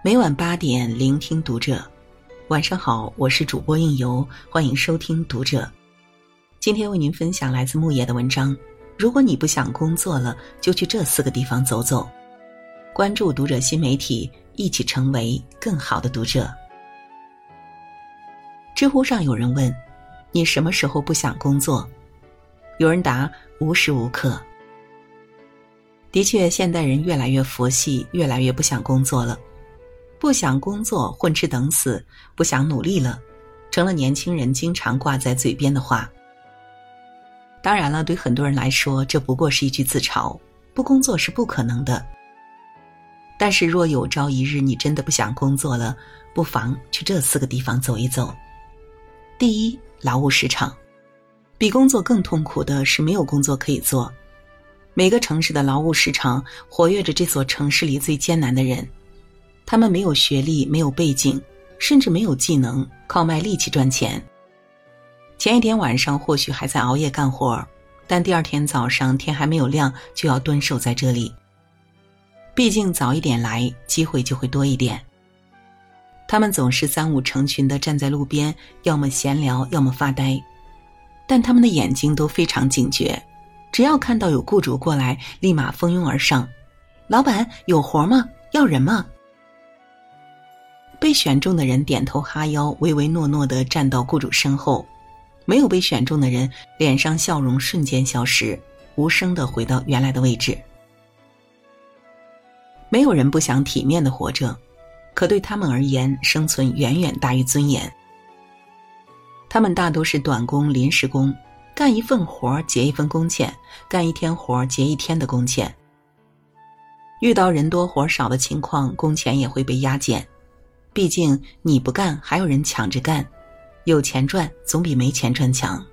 每晚8点聆听读者。晚上好，我是主播应由，欢迎收听读者。今天为您分享来自木叶的文章，如果你不想工作了，就去这4个地方走走。关注读者新媒体，一起成为更好的读者。知乎上有人问，你什么时候不想工作？有人答，无时无刻。的确，现代人越来越佛系，越来越不想工作了。不想工作，混吃等死，不想努力了，成了年轻人经常挂在嘴边的话。当然了，对很多人来说，这不过是一句自嘲，不工作是不可能的。但是若有朝一日你真的不想工作了，不妨去这4个地方走一走。第一，劳务市场。比工作更痛苦的是没有工作可以做。每个城市的劳务市场活跃着这所城市里最艰难的人，他们没有学历，没有背景，甚至没有技能，靠卖力气赚钱。前一天晚上或许还在熬夜干活，但第二天早上天还没有亮就要蹲守在这里。毕竟早一点来，机会就会多一点。他们总是3、5成群地站在路边，要么闲聊，要么发呆。但他们的眼睛都非常警觉，只要看到有雇主过来，立马蜂拥而上。老板，有活吗？要人吗？被选中的人点头哈腰，唯唯诺诺地站到雇主身后。没有被选中的人脸上笑容瞬间消失，无声地回到原来的位置。没有人不想体面地活着，可对他们而言，生存远远大于尊严。他们大都是短工、临时工，干一份活结一份工钱，干一天活结一天的工钱。遇到人多活少的情况，工钱也会被压减。毕竟你不干，还有人抢着干，有钱赚总比没钱赚强。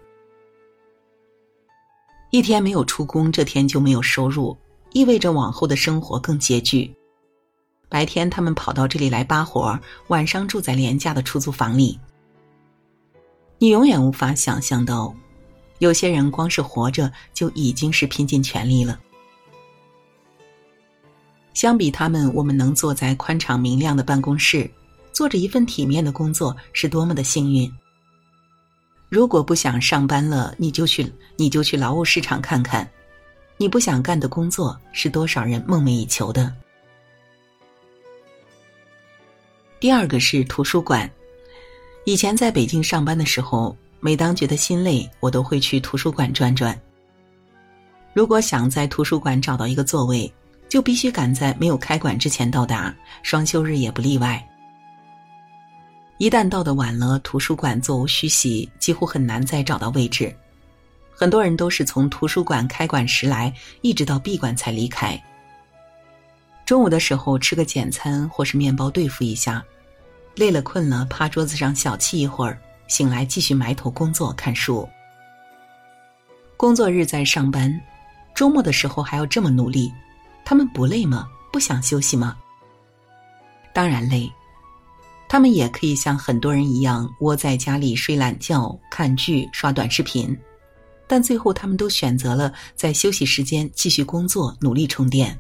一天没有出工，这天就没有收入，意味着往后的生活更拮据。白天他们跑到这里来扒活，晚上住在廉价的出租房里。你永远无法想象到，有些人光是活着就已经是拼尽全力了。相比他们，我们能坐在宽敞明亮的办公室，做着一份体面的工作，是多么的幸运。如果不想上班了，你就去劳务市场看看，你不想干的工作是多少人梦寐以求的。第二个是图书馆。以前在北京上班的时候，每当觉得心累，我都会去图书馆转转。如果想在图书馆找到一个座位，就必须赶在没有开馆之前到达，双休日也不例外。一旦到得晚了，图书馆座无虚席，几乎很难再找到位置。很多人都是从图书馆开馆时来，一直到闭馆才离开。中午的时候吃个简餐或是面包对付一下，累了困了，趴桌子上小憩一会儿，醒来继续埋头工作看书。工作日在上班，周末的时候还要这么努力，他们不累吗？不想休息吗？当然累。他们也可以像很多人一样窝在家里睡懒觉、看剧、刷短视频，但最后他们都选择了在休息时间继续工作，努力充电。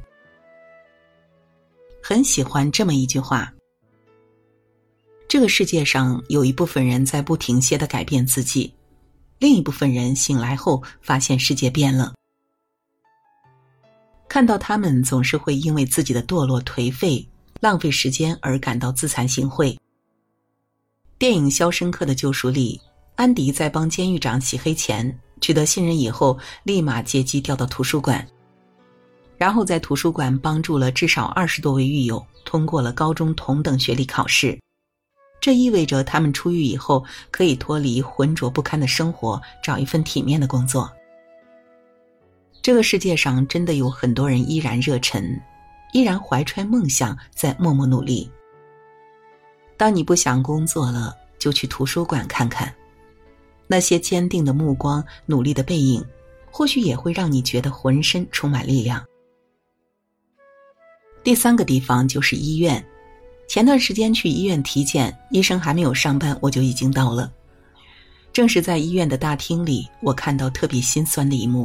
很喜欢这么一句话，这个世界上有一部分人在不停歇地改变自己，另一部分人醒来后发现世界变了。看到他们总是会因为自己的堕落颓废浪费时间而感到自惭形秽。电影《肖申克的救赎》里，安迪在帮监狱长洗黑钱取得信任以后，立马借机调到图书馆，然后在图书馆帮助了至少20多位狱友通过了高中同等学历考试。这意味着他们出狱以后可以脱离浑浊不堪的生活，找一份体面的工作。这个世界上真的有很多人依然热忱，依然怀揣梦想，在默默努力。当你不想工作了，就去图书馆看看，那些坚定的目光、努力的背影，或许也会让你觉得浑身充满力量。第3个地方就是医院。前段时间去医院体检，医生还没有上班，我就已经到了。正是在医院的大厅里，我看到特别心酸的一幕。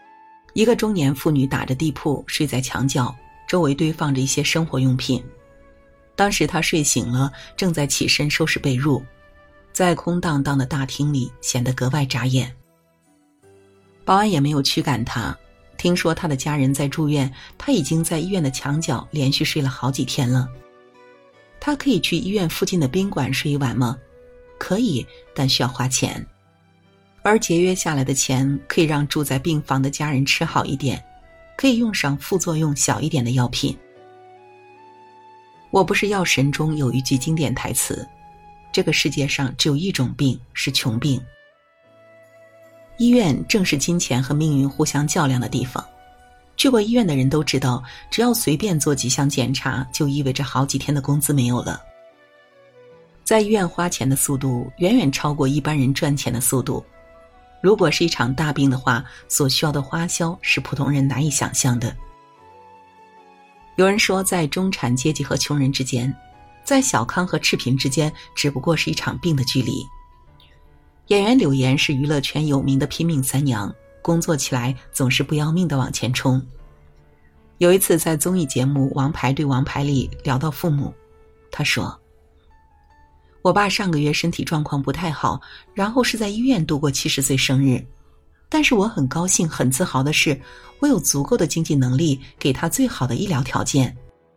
一个中年妇女打着地铺睡在墙角，周围堆放着一些生活用品， 当时他睡醒了，正在起身收拾被褥，在空荡荡的大厅里显得格外扎眼。保安也没有驱赶他，听说他的家人在住院，他已经在医院的墙角连续睡了好几天了。他可以去医院附近的宾馆睡一晚吗？可以，但需要花钱。而节约下来的钱可以让住在病房的家人吃好一点，可以用上副作用小一点的药品。我不是药神中有一句经典台词，这个世界上只有一种病，是穷病。医院正是金钱和命运互相较量的地方。去过医院的人都知道，只要随便做几项检查，就意味着好几天的工资没有了。在医院花钱的速度远远超过一般人赚钱的速度。如果是一场大病的话，所需要的花销是普通人难以想象的。有人说，在中产阶级和穷人之间，在小康和赤贫之间，只不过是一场病的距离。演员柳岩是娱乐圈有名的拼命三娘，工作起来总是不要命地往前冲。有一次在综艺节目《王牌对王牌》里聊到父母，他说，我爸上个月身体状况不太好，然后是在医院度过70岁生日，但是我很高兴很自豪的是，我有足够的经济能力给他最好的医疗条件。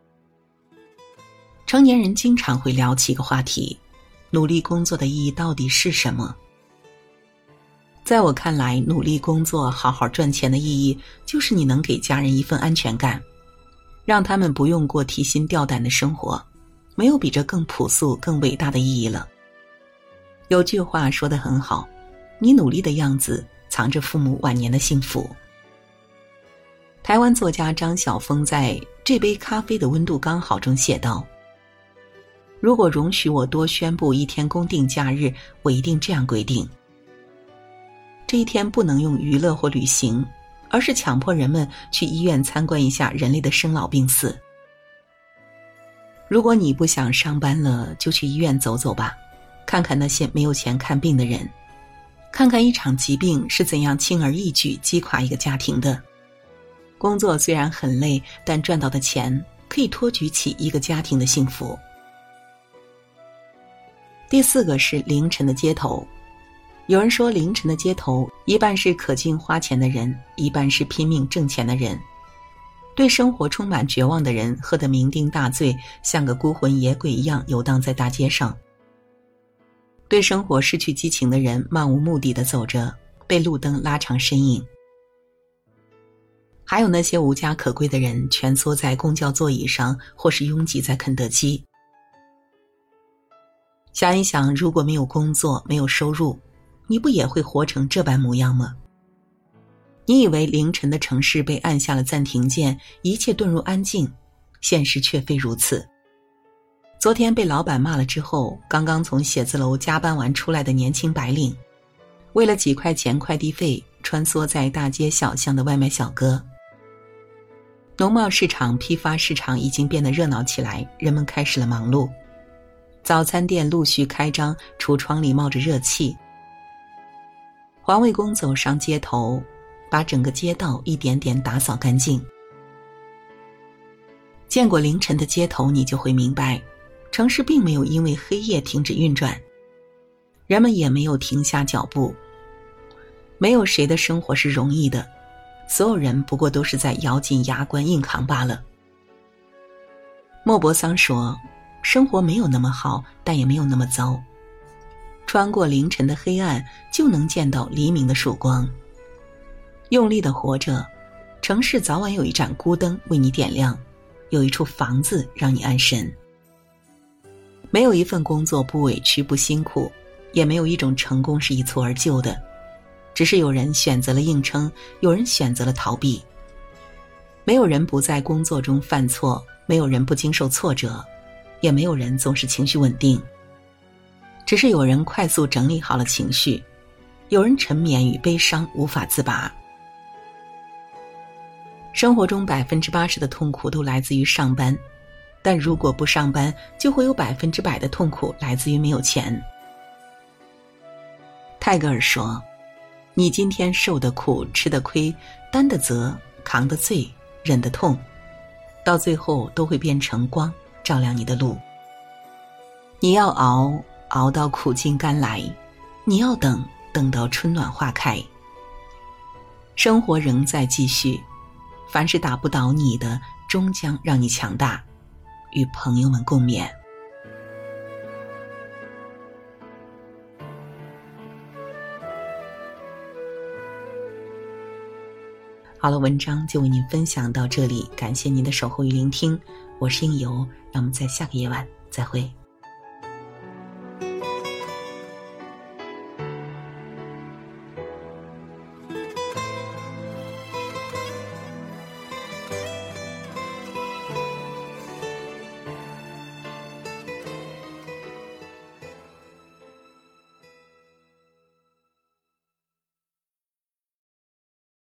成年人经常会聊起一个话题，努力工作的意义到底是什么？在我看来，努力工作好好赚钱的意义就是你能给家人一份安全感，让他们不用过提心吊胆的生活，没有比这更朴素更伟大的意义了。有句话说得很好，你努力的样子藏着父母晚年的幸福。台湾作家张晓峰在《这杯咖啡的温度刚好》中写道，如果容许我多宣布一天公定假日，我一定这样规定，这一天不能用娱乐或旅行，而是强迫人们去医院参观一下人类的生老病死。如果你不想上班了，就去医院走走吧，看看那些没有钱看病的人，看看一场疾病是怎样轻而易举击垮一个家庭的。工作虽然很累，但赚到的钱可以托举起一个家庭的幸福。第4个是凌晨的街头。有人说，凌晨的街头一半是可劲花钱的人，一半是拼命挣钱的人。对生活充满绝望的人喝得酩酊大醉，像个孤魂野鬼一样游荡在大街上。对生活失去激情的人漫无目的地走着，被路灯拉长身影。还有那些无家可归的人蜷缩在公交座椅上，或是拥挤在肯德基。想一想，如果没有工作，没有收入，你不也会活成这般模样吗？你以为凌晨的城市被按下了暂停键，一切遁入安静，现实却非如此。昨天被老板骂了之后，刚刚从写字楼加班完出来的年轻白领，为了几块钱快递费，穿梭在大街小巷的外卖小哥。农贸市场、批发市场已经变得热闹起来，人们开始了忙碌。早餐店陆续开张，橱窗里冒着热气。环卫工走上街头，把整个街道一点点打扫干净。见过凌晨的街头，你就会明白，城市并没有因为黑夜停止运转，人们也没有停下脚步。没有谁的生活是容易的，所有人不过都是在咬紧牙关硬扛罢了。莫泊桑说，生活没有那么好，但也没有那么糟。穿过凌晨的黑暗，就能见到黎明的曙光。用力地活着，城市早晚有一盏孤灯为你点亮，有一处房子让你安身。没有一份工作不委屈不辛苦，也没有一种成功是一蹴而就的，只是有人选择了硬撑，有人选择了逃避。没有人不在工作中犯错，没有人不经受挫折，也没有人总是情绪稳定。只是有人快速整理好了情绪，有人沉湎于悲伤无法自拔。生活中80%的痛苦都来自于上班，但如果不上班，就会有100%的痛苦来自于没有钱。泰戈尔说，你今天受的苦、吃的亏、担的责、扛的罪、忍的痛，到最后都会变成光，照亮你的路。 你要熬，熬到苦尽甘来；你要等，等到春暖花开。生活仍在继续，凡是打不倒你的，终将让你强大。与朋友们共勉。好了，文章就为您分享到这里，感谢您的守候与聆听，我是应由，让我们在下个夜晚再会。